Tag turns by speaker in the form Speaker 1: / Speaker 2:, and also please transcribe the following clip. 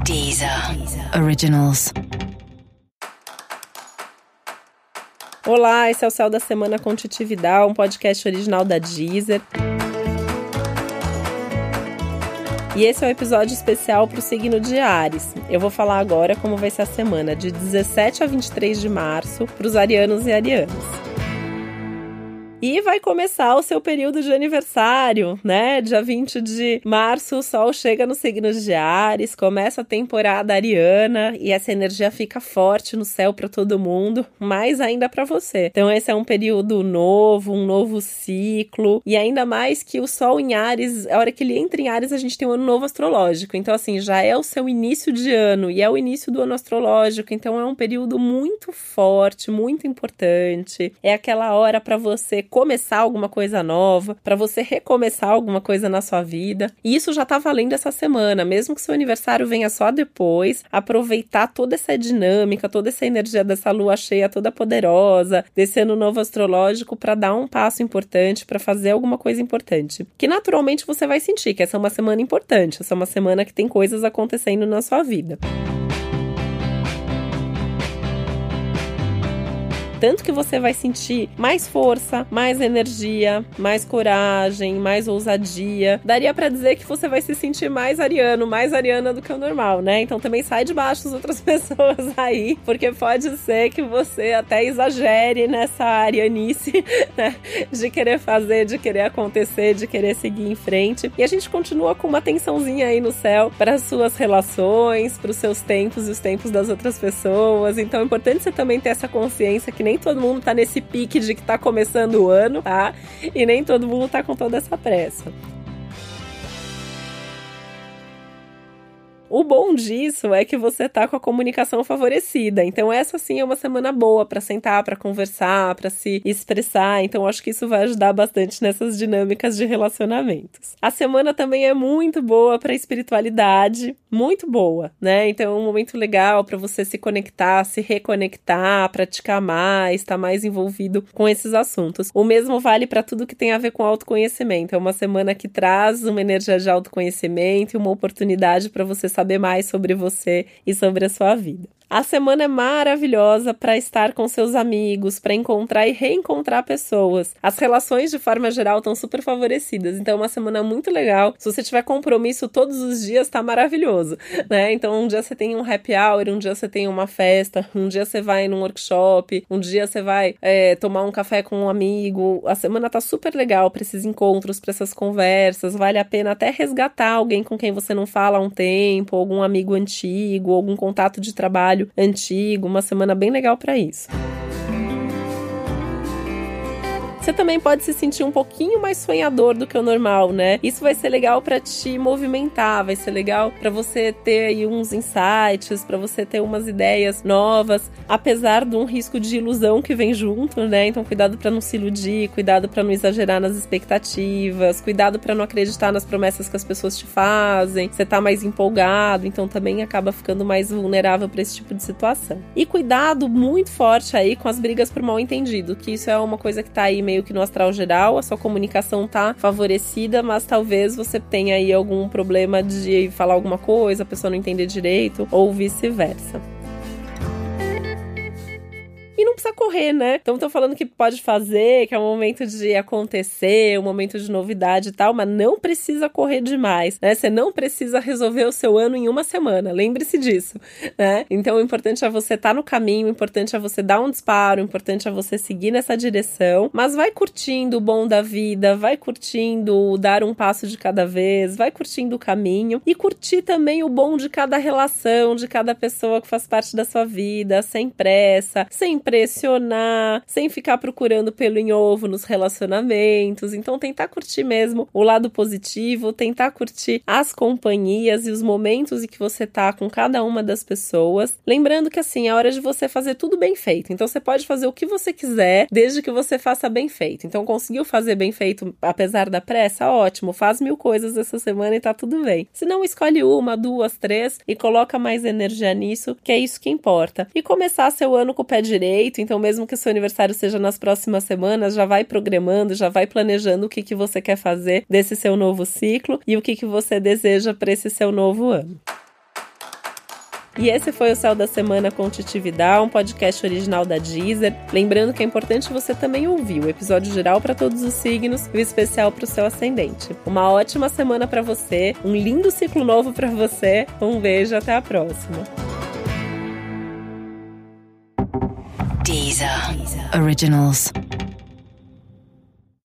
Speaker 1: Deezer Originals.
Speaker 2: Olá, esse é o Céu da Semana com Titi Vidal, um podcast original da Deezer. E esse é um episódio especial para o signo de Áries. Eu vou falar agora como vai ser a semana de 17 a 23 de março para os arianos e arianas. E vai começar o seu período de aniversário, né? Dia 20 de março, o Sol chega no signo de Áries, começa a temporada ariana e essa energia fica forte no céu para todo mundo, mais ainda para você. Então esse é um período novo, um novo ciclo, e ainda mais que o Sol em Áries, a hora que ele entra em Áries, a gente tem um ano novo astrológico. Então assim, já é o seu início de ano e é o início do ano astrológico, então é um período muito forte, muito importante. É aquela hora para você começar alguma coisa nova, para você recomeçar alguma coisa na sua vida. E isso já tá valendo essa semana, mesmo que seu aniversário venha só depois, aproveitar toda essa dinâmica, toda essa energia dessa lua cheia toda poderosa, desse ano novo astrológico para dar um passo importante, para fazer alguma coisa importante. Que naturalmente você vai sentir que essa é uma semana importante, essa é uma semana que tem coisas acontecendo na sua vida. Tanto que você vai sentir mais força, mais energia, mais coragem, mais ousadia. Daria pra dizer que você vai se sentir mais ariano, mais ariana do que o normal, né? Então também sai de baixo das outras pessoas aí, porque pode ser que você até exagere nessa arianice, né? De querer fazer, de querer acontecer, de querer seguir em frente. E a gente continua com uma tensãozinha aí no céu para as suas relações, para os seus tempos e os tempos das outras pessoas. Então é importante você também ter essa consciência que nem todo mundo tá nesse pique de que tá começando o ano, tá? E nem todo mundo tá com toda essa pressa. O bom disso é que você tá com a comunicação favorecida, então essa sim é uma semana boa para sentar, para conversar, para se expressar, então acho que isso vai ajudar bastante nessas dinâmicas de relacionamentos. A semana também é muito boa para espiritualidade, muito boa, né? Então é um momento legal para você se conectar, se reconectar, praticar mais, estar mais envolvido com esses assuntos. O mesmo vale para tudo que tem a ver com autoconhecimento, é uma semana que traz uma energia de autoconhecimento e uma oportunidade para você saber mais sobre você e sobre a sua vida. A semana é maravilhosa para estar com seus amigos, para encontrar e reencontrar pessoas. As relações, de forma geral, estão super favorecidas. Então, é uma semana muito legal. Se você tiver compromisso todos os dias, tá maravilhoso, né? Então, um dia você tem um happy hour, um dia você tem uma festa, um dia você vai num workshop, um dia você vai tomar um café com um amigo. A semana tá super legal para esses encontros, para essas conversas. Vale a pena até resgatar alguém com quem você não fala há um tempo, algum amigo antigo, algum contato de trabalho antigo, uma semana bem legal para isso. Você também pode se sentir um pouquinho mais sonhador do que o normal, né? Isso vai ser legal para te movimentar, vai ser legal para você ter aí uns insights, para você ter umas ideias novas, apesar de um risco de ilusão que vem junto, né? Então cuidado para não se iludir, cuidado para não exagerar nas expectativas, cuidado para não acreditar nas promessas que as pessoas te fazem. Você tá mais empolgado, então também acaba ficando mais vulnerável para esse tipo de situação. E cuidado muito forte aí com as brigas por mal entendido, que isso é uma coisa que tá aí meio que no astral geral, a sua comunicação tá favorecida, mas talvez você tenha aí algum problema de falar alguma coisa, a pessoa não entender direito, ou vice-versa. E não precisa correr, né? Então tô falando que pode fazer, que é um momento de acontecer, um momento de novidade e tal, mas não precisa correr demais, né? Você não precisa resolver o seu ano em uma semana, lembre-se disso, né? Então o importante é você estar no caminho, o importante é você dar um disparo, o importante é você seguir nessa direção, mas vai curtindo o bom da vida, vai curtindo dar um passo de cada vez, vai curtindo o caminho e curtir também o bom de cada relação, de cada pessoa que faz parte da sua vida, sem pressa, sem pressionar, sem ficar procurando pelo em ovo nos relacionamentos. Então tentar curtir mesmo o lado positivo, tentar curtir as companhias e os momentos em que você tá com cada uma das pessoas. Lembrando que assim, é hora de você fazer tudo bem feito. Então você pode fazer o que você quiser, desde que você faça bem feito. Então conseguiu fazer bem feito apesar da pressa? Ótimo, faz 1000 coisas essa semana e tá tudo bem. Se não, escolhe 1, 2, 3 e coloca mais energia nisso, que é isso que importa. E começar seu ano com o pé direito, então mesmo que o seu aniversário seja nas próximas semanas, já vai programando, já vai planejando o que você quer fazer desse seu novo ciclo e o que você deseja para esse seu novo ano. E esse foi o Céu da Semana com Titi Vidal, um podcast original da Deezer. Lembrando que é importante você também ouvir o episódio geral para todos os signos e o especial para o seu ascendente. Uma ótima semana para você, um lindo ciclo novo para você. Um beijo, até a próxima.
Speaker 1: Deezer Originals.